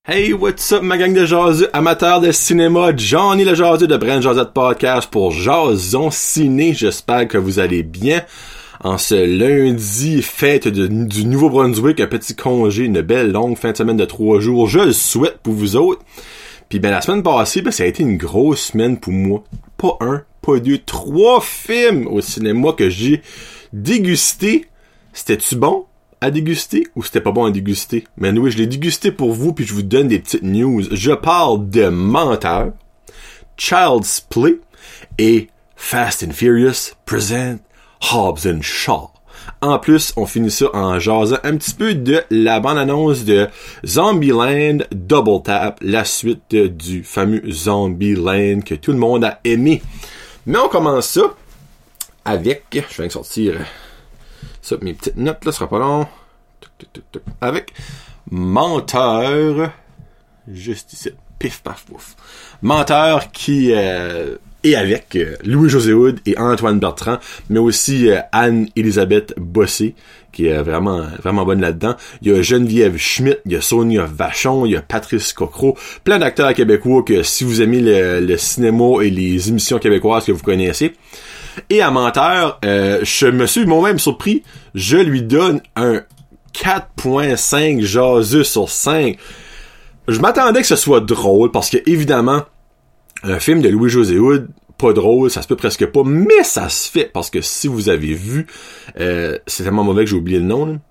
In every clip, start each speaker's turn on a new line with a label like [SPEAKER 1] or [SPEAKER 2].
[SPEAKER 1] Hey, what's up, ma gang de jaseux, amateurs de cinéma, Johnny le jaseux de Brand Jazette Podcast pour Jason Ciné. J'espère que vous allez bien. En ce lundi, fête du Nouveau-Brunswick, un petit congé, une belle longue fin de semaine de 3 jours. Je le souhaite pour vous autres. Puis ben la semaine passée, ça a été une grosse semaine pour moi. Pas un, pas deux, 3 films au cinéma que j'ai dégusté. C'était-tu bon à déguster ou c'était pas bon à déguster? Mais oui, je l'ai dégusté pour vous puis je vous donne des petites news. Je parle de Menteur, Child's Play et Fast and Furious Present Hobbs and Shaw. En plus, on finit ça en jasant un petit peu de la bande-annonce de Zombieland Double Tap, la suite du fameux Zombieland que tout le monde a aimé. Mais on commence ça avec, je viens de sortir ça, mes petites notes là, ce sera pas long. Avec Menteur, juste ici, pif paf pouf. Menteur qui est avec Louis-José Hood et Antoine Bertrand, mais aussi Anne-Elisabeth Bossé, qui est vraiment bonne là-dedans. Il y a Geneviève Schmidt, il y a Sonia Vachon, il y a Patrice Cocro, plein d'acteurs québécois que si vous aimez le cinéma et les émissions québécoises que vous connaissez. Et à Menteur, je me suis moi-même surpris, je lui donne un 4.5 jaseux sur 5. Je m'attendais que ce soit drôle, parce que évidemment, un film de Louis-José Hood, pas drôle, ça se peut presque pas, mais ça se fait, parce que si vous avez vu, c'est tellement mauvais que j'ai oublié le nom,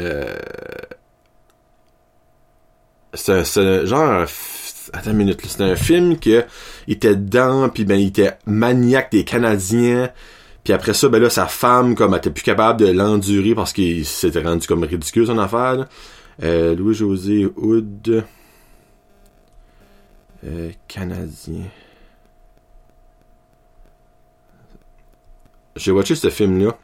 [SPEAKER 1] c'est genre, attends une minute, là, c'était un film que il était dedans, puis ben il était maniaque des Canadiens, puis après ça, ben là, sa femme, comme, elle était plus capable de l'endurer parce qu'il s'était rendu comme ridicule, son affaire, là. Louis-José Hood, Canadien. J'ai watché ce film-là.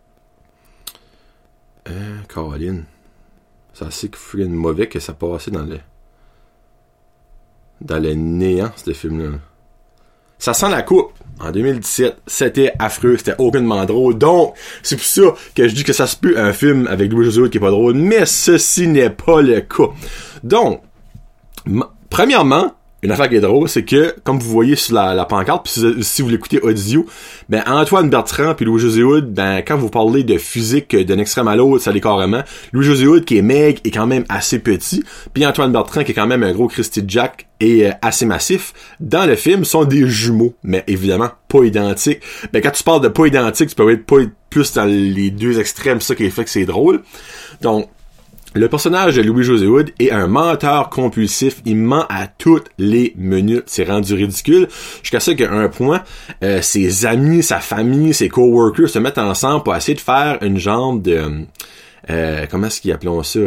[SPEAKER 1] Caroline. C'est assez mauvais que ça passait dans le néant, ce film-là. Ça sent la coupe. En 2017, c'était affreux, c'était aucunement drôle. Donc, c'est pour ça que je dis que ça se peut un film avec Louis-José Hood qui est pas drôle, mais ceci n'est pas le cas. Donc, premièrement, une affaire qui est drôle, c'est que, comme vous voyez sur la pancarte, puis si vous l'écoutez audio, ben Antoine Bertrand puis Louis-José Hood, ben quand vous parlez de physique d'un extrême à l'autre, ça l'est carrément. Louis-José Hood, qui est maigre, est quand même assez petit, puis Antoine Bertrand, qui est quand même un gros Christy Jack, et assez massif, dans le film, sont des jumeaux, mais évidemment pas identiques. Ben quand tu parles de pas identiques, tu peux être pas plus dans les deux extrêmes, c'est ça qui fait que c'est drôle. Donc, le personnage de Louis-José Hood est un menteur compulsif. Il ment à toutes les minutes. C'est rendu ridicule. Jusqu'à ce qu'à un point, ses amis, sa famille, ses coworkers se mettent ensemble pour essayer de faire une genre de... comment est-ce qu'ils appelons ça?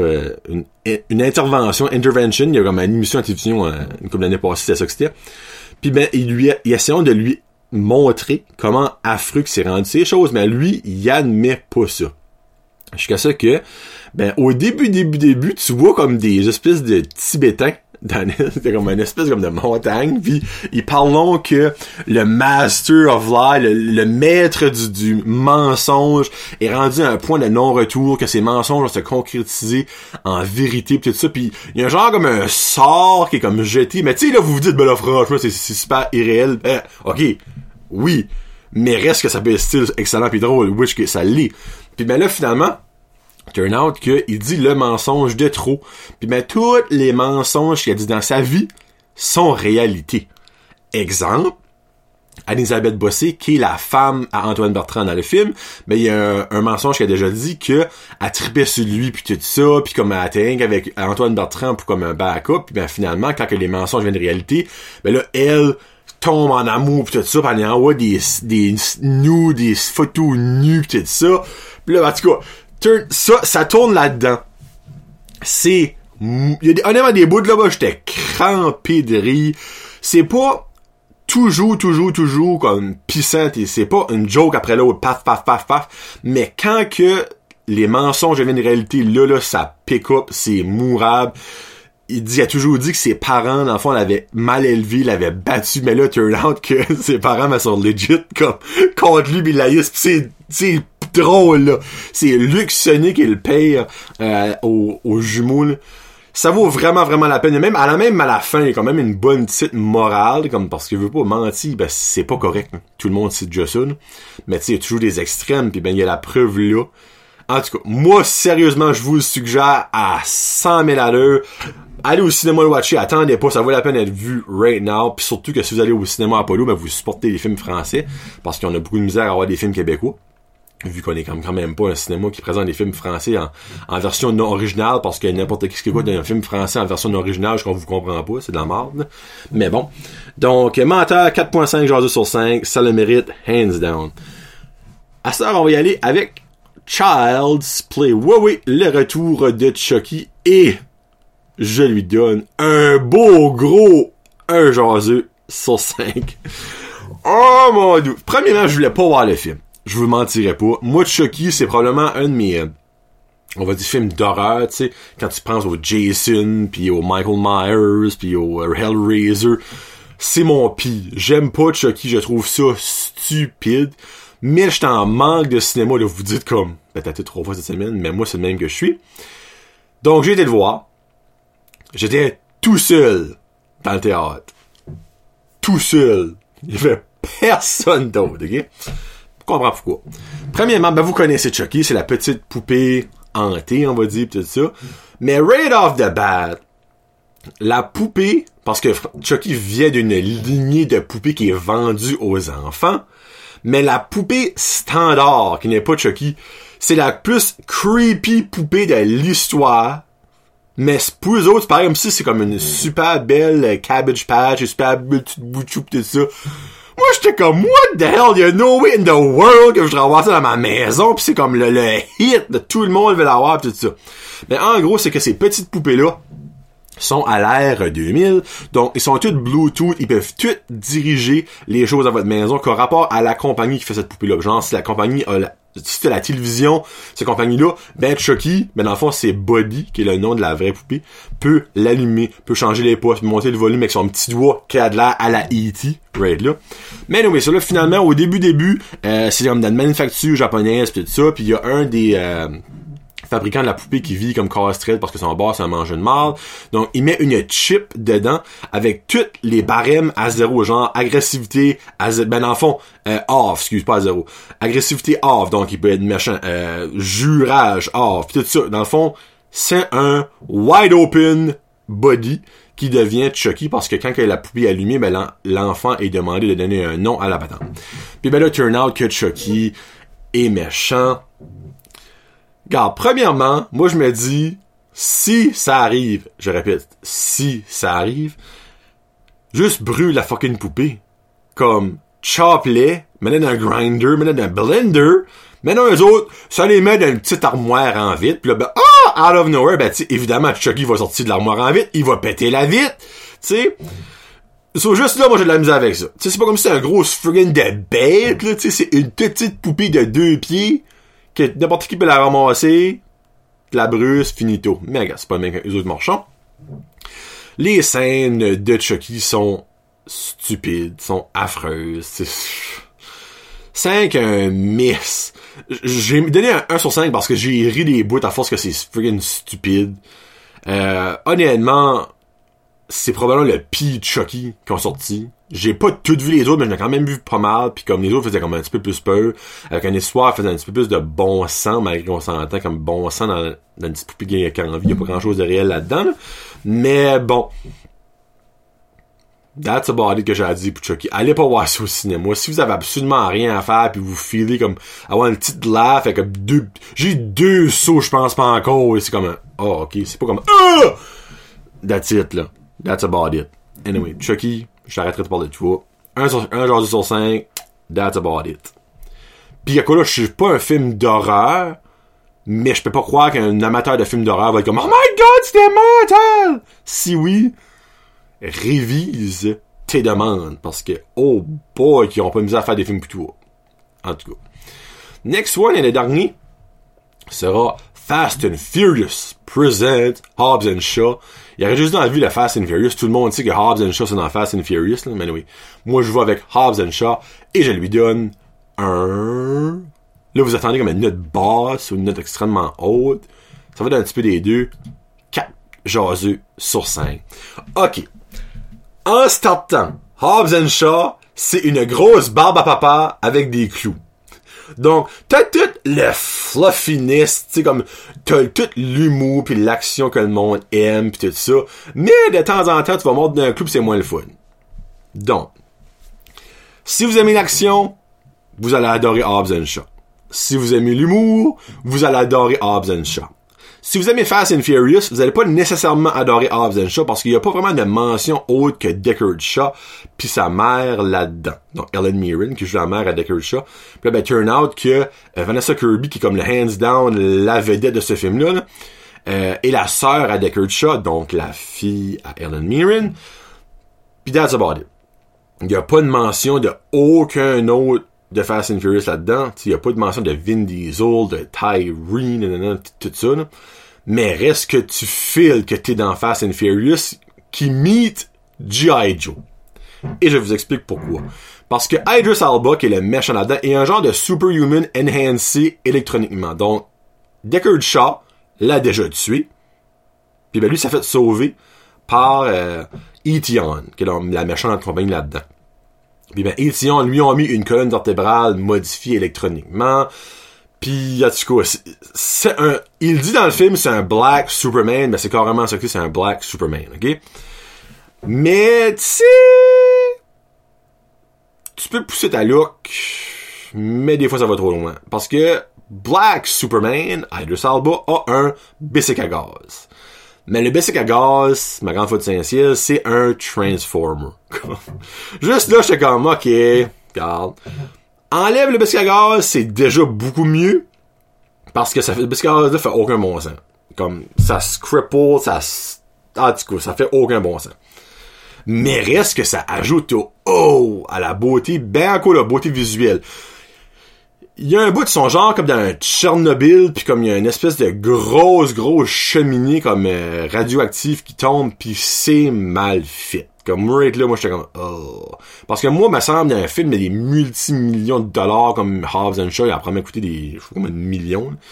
[SPEAKER 1] Une intervention, intervention. Il y a comme une émission à télévision, comme l'année passée, c'était ça que c'était. Puis ben, ils essayent de lui montrer comment affreux que c'est rendu ces choses, mais lui, il admet pas ça. Jusqu'à ça que, ben, au début, tu vois comme des espèces de Tibétains, c'était comme une espèce comme de montagne, puis ils parlent que le master of lie, le maître du mensonge est rendu à un point de non-retour, que ces mensonges vont se concrétiser en vérité, pis tout ça, puis il y a un genre comme un sort qui est comme jeté, mais tu sais, là, vous vous dites, ben là, franchement, c'est super irréel, ok, oui, mais reste que ça peut être style excellent pis drôle, which que ça l'est. Puis ben là, finalement, turn out qu'il dit le mensonge de trop. Puis ben, tous les mensonges qu'il a dit dans sa vie sont réalité. Exemple, Anne-Elisabeth Bossé, qui est la femme à Antoine Bertrand dans le film, ben, il y a un mensonge qu'elle a déjà dit que elle tripait sur lui puis tout ça, puis comme elle était avec Antoine Bertrand pour comme un backup, puis ben, finalement, quand que les mensonges viennent de réalité, ben là, elle tombe en amour pis tout ça, pis elle envoie des photos nues pis tout ça. Pis là, en tout cas, ça tourne là-dedans. Il y a honnêtement des bouts de là-bas, j'étais crampé de rire. C'est pas toujours comme pissant, c'est pas une joke après l'autre, paf, mais quand que les mensonges deviennent réalité, là, ça pick up, c'est mourable. Il a toujours dit que ses parents, dans le fond, l'avaient mal élevé, l'avaient battu, mais là, turn out que ses parents, mais sont legit, comme, contre lui, pis il laïs, pis c'est drôle, là. C'est Luc Sonny qui est le père, aux jumeaux, là. Ça vaut vraiment, vraiment la peine. Et même à la fin, il y a quand même une bonne petite morale, comme parce que je veux pas mentir, ben c'est pas correct. Hein. Tout le monde sait déjà ça. Là. Mais tu sais, il y a toujours des extrêmes, puis ben il y a la preuve là. En tout cas, moi, sérieusement, je vous le suggère à 100 000 à l'heure. Allez au cinéma le watcher, attendez pas, ça vaut la peine d'être vu right now. Puis surtout que si vous allez au cinéma Apollo, ben vous supportez les films français, parce qu'on a beaucoup de misère à avoir des films québécois. Vu qu'on est quand même pas un cinéma qui présente des films français en version non originale, parce que n'importe qui écoute un film français en version non originale, je qu'on vous comprend pas, c'est de la merde. Mais bon. Donc, Menteur, 4.5 jaseux sur 5, ça le mérite, hands down. À ce heure, on va y aller avec Child's Play. Oui, le retour de Chucky, et je lui donne un beau gros 1 jaseux sur 5. Oh mon dieu. Premièrement, je voulais pas voir le film. Je vous mentirais pas. Moi, Chucky, c'est probablement un de mes, on va dire, films d'horreur, tu sais, quand tu penses au Jason, puis au Michael Myers, puis au Hellraiser, c'est mon pire. J'aime pas Chucky, je trouve ça stupide, mais je t'en manque de cinéma, là, vous dites comme, peut-être 3 fois cette semaine, mais moi, c'est le même que je suis. Donc, j'ai été le voir. J'étais tout seul dans le théâtre. Tout seul. Il y avait personne d'autre, ok? Je comprends pourquoi. Premièrement, ben vous connaissez Chucky, c'est la petite poupée hantée, on va dire, pis tout ça. Mais right off the bat, la poupée, parce que Chucky vient d'une lignée de poupées qui est vendue aux enfants, mais la poupée standard, qui n'est pas Chucky, c'est la plus creepy poupée de l'histoire. Mais pour eux autres, c'est pareil comme si c'est comme une super belle Cabbage Patch, une super belle petite bouchou pis tout ça. Moi, j'étais comme, what the hell, y'a no way in the world que je voudrais avoir ça dans ma maison, pis c'est comme le hit de tout le monde veut l'avoir pis tout ça. Mais en gros, c'est que ces petites poupées-là sont à l'ère 2000, donc ils sont toutes Bluetooth, ils peuvent toutes diriger les choses à votre maison qu'au rapport à la compagnie qui fait cette poupée-là. Genre, si la compagnie a si t'as la télévision, cette compagnie-là, ben Chucky, ben dans le fond, c'est Bobby, qui est le nom de la vraie poupée, peut l'allumer, peut changer les postes, monter le volume avec son petit doigt qui a de l'air à la E.T., right là. Mais anyway, ça là, finalement, au début, c'est comme dans une manufacture japonaise pis tout ça, pis il y a un des fabricant de la poupée qui vit comme castrette parce que son boss a mangé de mal. Donc, il met une chip dedans avec toutes les barèmes à 0, genre agressivité à 0, ben dans le fond, off, excuse, pas à 0. Agressivité off, donc il peut être méchant, jurage off, tout ça. Dans le fond, c'est un wide open body qui devient Chucky parce que quand il y a la poupée allumée, ben l'enfant est demandé de donner un nom à la patente. Puis ben là, turn out que Chucky est méchant. Regarde, premièrement, moi je me dis, si ça arrive, je répète, si ça arrive, juste brûle la fucking poupée. Comme, chop-les, mets-les dans un grinder, mets-les dans un blender, mais dans eux autres, ça les met dans une petite armoire en vitre, pis là, ben, out of nowhere, ben, tu sais, évidemment, Chucky va sortir de l'armoire en vitre, il va péter la vitre, tu sais. So, juste là, moi, j'ai de la misère avec ça. Tu sais, c'est pas comme si c'était un gros friggin' de bête, là, tu sais, c'est une petite poupée de 2 pieds, que n'importe qui peut la ramasser, la brûle, finito. Mais regarde, c'est pas le même que les autres marchands. Les scènes de Chucky sont stupides, sont affreuses. C'est un miss. J'ai donné un 1 sur 5 parce que j'ai ri des bouts à force que c'est friggin' stupide. Honnêtement, c'est probablement le pire Chucky qui ont sorti. J'ai pas tout vu les autres, mais j'en ai quand même vu pas mal, pis comme les autres faisaient comme un petit peu plus peur, avec une histoire qui faisait un petit peu plus de bon sang, malgré qu'on s'entend comme bon sang dans une petite poupée qui a envie, y a pas grand chose de réel là-dedans, là. Mais bon. That's about it que j'ai à dire pour Chucky. Allez pas voir ça au cinéma. Si vous avez absolument rien à faire pis vous filez comme avoir une petite laugh avec j'ai 2 sauts, je pense pas encore, et c'est comme un, ok, c'est pas comme, that's it, là. That's about it. Anyway, Chucky, j'arrêterai de parler de toi. 1 jaseux sur 5, that's about it. Pis y'a quoi là, je suis pas un film d'horreur, mais je peux pas croire qu'un amateur de films d'horreur va être comme, oh my god, c'était mental! Si oui, révise tes demandes, parce que, oh boy, qu'ils ont pas misé à faire des films pour toi. En tout cas. Next one, et le dernier, sera Fast and Furious present Hobbs and Shaw. Il y aurait juste dans la vue le Fast and Furious. Tout le monde sait que Hobbs and Shaw c'est dans Fast and Furious, là. Mais anyway, moi je vais avec Hobbs and Shaw et je lui donne un... Là vous attendez comme une note basse ou une note extrêmement haute. Ça va être un petit peu des deux. jaseux sur scène. OK. En startant, Hobbs and Shaw, c'est une grosse barbe à papa avec des clous. Donc, t'as tout le fluffiness, tu sais, comme, t'as tout l'humour pis l'action que le monde aime pis tout ça. Mais, de temps en temps, tu vas mordre d'un clou pis c'est moins le fun. Donc, si vous aimez l'action, vous allez adorer Hobbs and Shaw. Si vous aimez l'humour, vous allez adorer Hobbs and Shaw. Si vous aimez Fast and Furious, vous allez pas nécessairement adorer Hobbs and Shaw parce qu'il y a pas vraiment de mention autre que Deckard Shaw puis sa mère là-dedans. Donc, Helen Mirren, qui joue la mère à Deckard Shaw. Puis là, ben, turn out que Vanessa Kirby, qui est comme le hands down, la vedette de ce film-là, là, est la sœur à Deckard Shaw, donc la fille à Helen Mirren. Puis that's about it. Il y a pas de mention de aucun autre de Fast and Furious là-dedans. Il y a pas de mention de Vin Diesel, de Tyree, tout ça, là. Mais reste que tu files que t'es dans Fast and Furious qui meet G.I. Joe. Et je vous explique pourquoi. Parce que Idris Elba, qui est le méchant là-dedans, est un genre de superhuman enhancé électroniquement. Donc, Deckard Shaw l'a déjà tué. Puis ben lui, s'est fait sauver par Etion, qui est la méchante compagnie là-dedans. Puis ben Etion, lui, ont mis une colonne vertébrale modifiée électroniquement. Puis, en tout cas, c'est un... Il dit dans le film, c'est un Black Superman, mais c'est carrément ça que c'est un Black Superman, OK? Mais, tu sais... Tu peux pousser ta look, mais des fois, ça va trop loin. Parce que Black Superman, Idris Elba, a un bicycle à gaz. Mais le bicycle à gaz, ma grande faute de Saint-Ciel, c'est un Transformer. Juste là, j'étais comme, OK, regarde... Enlève le biscuit à gaz, c'est déjà beaucoup mieux. Parce que le biscuit à gaz là fait aucun bon sens. Comme, ça se cripple, en tout cas, ça fait aucun bon sens. Mais reste que ça ajoute à la beauté, ben encore la beauté visuelle. Il y a un bout de son genre comme dans un Tchernobyl, puis comme il y a une espèce de grosse cheminée comme radioactive qui tombe, puis c'est mal fait. Comme right là, moi j'étais comme parce que moi, me semble dans un film il y a des multimillions de dollars comme Hobbs and Shaw, il a probablement coûté des, je sais pas combien de millions. Là.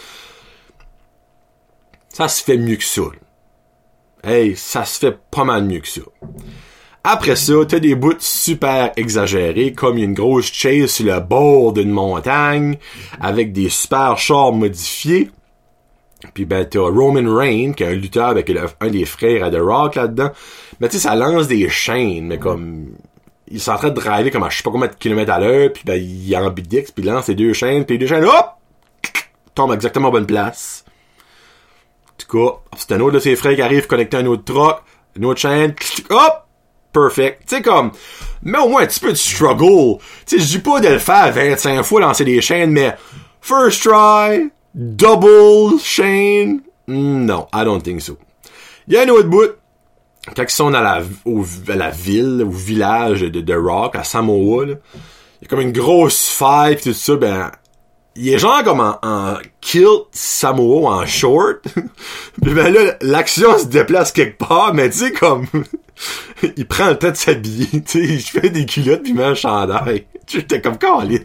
[SPEAKER 1] Ça se fait mieux que ça. Là. Hey, ça se fait pas mal mieux que ça. Après ça, t'as des bouts super exagérés, comme il y a une grosse chase sur le bord d'une montagne, avec des super chars modifiés. Puis ben t'as Roman Reigns, qui est un lutteur avec un des frères à The Rock là-dedans. Mais tu sais, ça lance des chaînes, mais comme... Il est en train de driver comme à je sais pas combien de kilomètres à l'heure, puis ben il est ambidextre, puis il lance les deux chaînes, puis les deux chaînes, hop! Tombe exactement à bonne place. En tout cas, c'est un autre de ses frères qui arrive connecter un autre truck, une autre chaîne, hop! Perfect. Tu sais, comme... Mais au moins un petit peu de struggle. Tu sais, je dis pas de le faire 25 fois, lancer des chaînes, mais... First try... Double chain? Non, I don't think so. Il y a un autre bout, quand ils sont à la ville, au village de The Rock, à Samoa, là, il y a comme une grosse fête pis tout ça, ben, il est genre comme en kilt Samoa, en short. Pis ben là, l'action se déplace quelque part, mais tu sais, comme, il prend le temps de s'habiller, tu sais, il fait des culottes pis il met un chandail. J'étais comme Colin.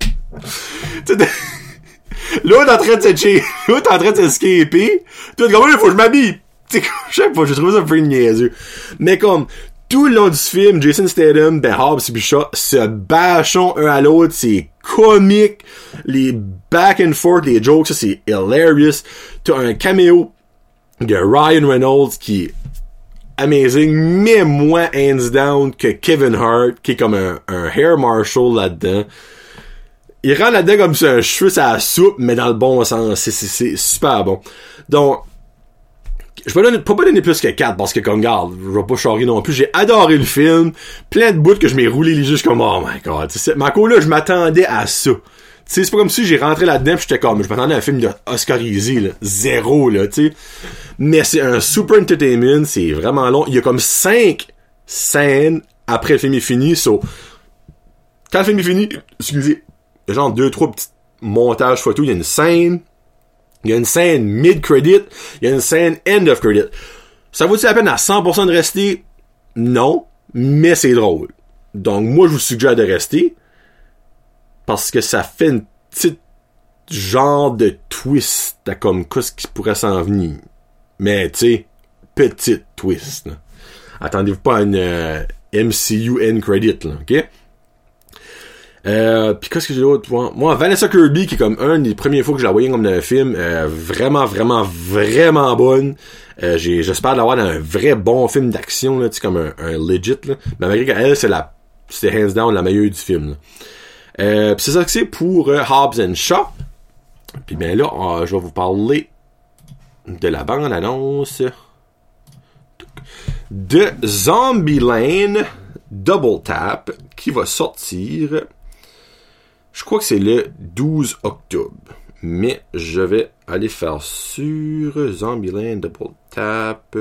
[SPEAKER 1] L'autre en train de se l'autre en train de s'escaper. Toi, comme, il faut que je m'habille. Tu sais, je sais pas, j'ai trouvé ça pretty niaiseux. Mais comme, tout le long du film, Jason Statham, Ben Hobbs et Shaw se bâchent un à l'autre, c'est comique. Les back and forth, les jokes, ça c'est hilarious. T'as un caméo de Ryan Reynolds qui est amazing, mais moins hands down que Kevin Hart, qui est comme un hair marshal là-dedans. Il rend là-dedans comme si un cheveu ça la soupe, mais dans le bon sens. C'est super bon. Donc, je vais pas donner plus que 4 parce que comme garde, je vais pas charrer non plus. J'ai adoré le film. Plein de bouts que je m'ai roulé les yeux comme oh my god. Marco là, je m'attendais à ça. Tu sais, c'est pas comme si j'ai rentré là-dedans pis j'étais comme, je m'attendais à un film de Oscarisé, là. Zéro, là, tu sais. Mais c'est un super entertainment, c'est vraiment long. Il y a comme 5 scènes après le film est fini, quand le film est fini, excusez, il y a genre 2-3 petits montages photos, il y a une scène mid-credit, il y a une scène end of credit. Ça vaut-il la peine à 100% de rester? Non, mais c'est drôle. Donc moi je vous suggère de rester, parce que ça fait une petite genre de twist à comme qu'est-ce qui pourrait s'en venir. Mais tu sais, petite twist, là. Attendez-vous pas à une MCU end credit, là, ok? Puis qu'est-ce que j'ai d'autre? Moi, Vanessa Kirby, qui est comme un des premiers fois que je la voyais comme dans un film, vraiment, vraiment, vraiment bonne. J'espère l'avoir dans un vrai bon film d'action, là, tu sais, comme un legit, là. Mais malgré qu'elle, c'est hands down la meilleure du film, là. Pis c'est ça que c'est pour Hobbs and Shaw. Puis ben là, je vais vous parler de la bande-annonce de Zombieland Double Tap qui va sortir, je crois que c'est le 12 octobre. Mais je vais aller faire sur Zombieland Double Tap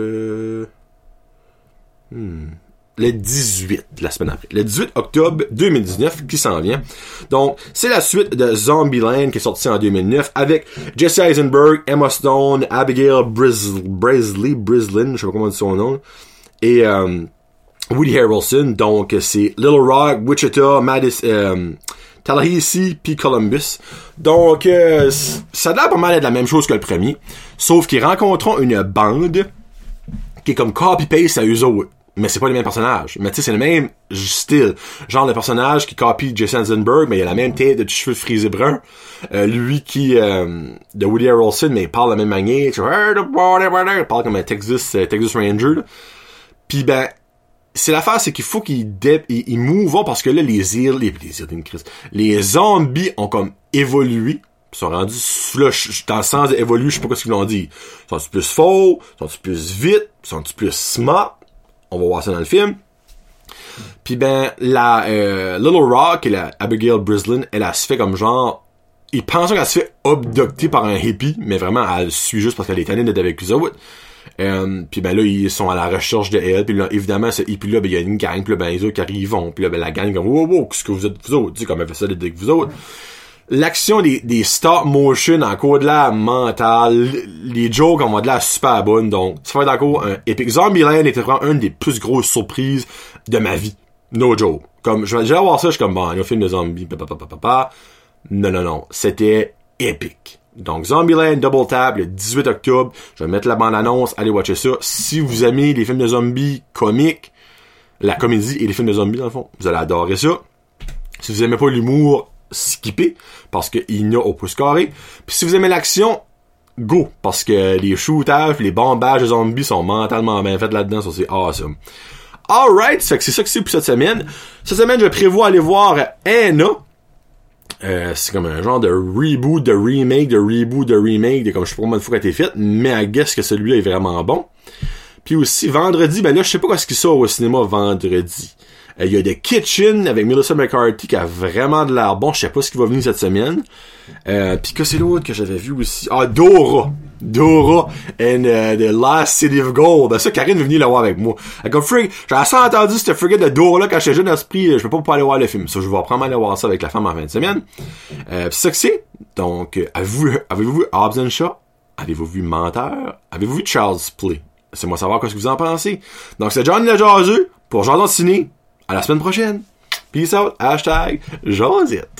[SPEAKER 1] le 18, la semaine après. Le 18 octobre 2019 qui s'en vient. Donc, c'est la suite de Zombieland qui est sorti en 2009 avec Jesse Eisenberg, Emma Stone, Abigail Breslin, je sais pas comment on dit son nom, et Woody Harrelson. Donc, c'est Little Rock, Wichita, Madison, Tallahassee puis Columbus. Donc, ça a l'air pas mal de la même chose que le premier, sauf qu'ils rencontreront une bande qui est comme copy-paste à eux autres. Mais c'est pas les mêmes personnages. Mais tu sais, c'est le même style. Genre le personnage qui copie Jesse Eisenberg, mais il a la même tête de cheveux frisés bruns. Lui qui, de Woody Harrelson, mais il parle de la même manière. Il parle comme un Texas Ranger, là. Puis ben, c'est l'affaire, c'est qu'il faut qu'ils mouvent parce que là, les zombies ont comme évolué. Ils sont rendus, là, dans le sens d'évoluer, je sais pas ce qu'ils l'ont dit. Sont-ils plus faux? Sont-ils plus vite? Sont-ils plus smart? On va voir ça dans le film. Puis ben, la Little Rock et la Abigail Breslin, elle se fait comme genre... Ils pensent qu'elle se fait abducter par un hippie, mais vraiment, elle suit juste parce qu'elle est tannée d'être avec eux autres. Puis ben là, ils sont à la recherche de elle. Puis là, évidemment, ce hippie-là, ben il y a une gang. Puis là, ben les autres qui arrivent. Puis là, ben la gang comme « Wow, qu'est-ce que vous êtes vous autres? » Tu sais, comme elle fait ça d'être avec vous autres. L'action des stop motion encore de la mentale, les jokes on va de la super bonne, donc ça va être encore un épique. Zombieland était vraiment une des plus grosses surprises de ma vie. No joke. Comme, je vais voir ça, je suis comme, bon, un film de zombies, Non. C'était épique. Donc, Zombieland Double Tap, le 18 octobre. Je vais mettre la bande-annonce, allez watcher ça. Si vous aimez les films de zombies comiques, la comédie et les films de zombies, dans le fond, vous allez adorer ça. Si vous aimez pas l'humour, skipper parce qu'il y a au pouce carré. Puis si vous aimez l'action, go, parce que les shooters, les bombages de zombies sont mentalement bien faits là-dedans, ça c'est awesome. Alright, c'est ça que c'est pour cette semaine. Cette semaine, je prévois aller voir Anna. C'est comme un genre de reboot, de remake, de comme je sais pas combien de fois qu'elle a été faite, mais I guess que celui-là est vraiment bon. Puis aussi, vendredi, ben là, je sais pas ce qui sort au cinéma vendredi. Il y a The Kitchen avec Melissa McCarthy qui a vraiment de l'air bon. Je sais pas ce qui va venir cette semaine. Puis que c'est l'autre que j'avais vu aussi. Ah, Dora and The Last City of Gold. Ben ça, Karine est venue la voir avec moi. Elle comme Frig, j'ai assez entendu cette frigate de Dora là quand j'étais jeune d'esprit. Je peux pas aller voir le film. Ça, je vais apprendre à aller voir ça avec la femme en fin de semaine. C'est ça que c'est. Donc, avez-vous vu Hobbs and Shaw? Avez-vous vu Menteur? Avez-vous vu Child's Play? C'est-moi savoir ce que vous en pensez. Donc, c'est Johnny le Jaseux pour Jason Ciné. À la semaine prochaine. Peace out. #Josette.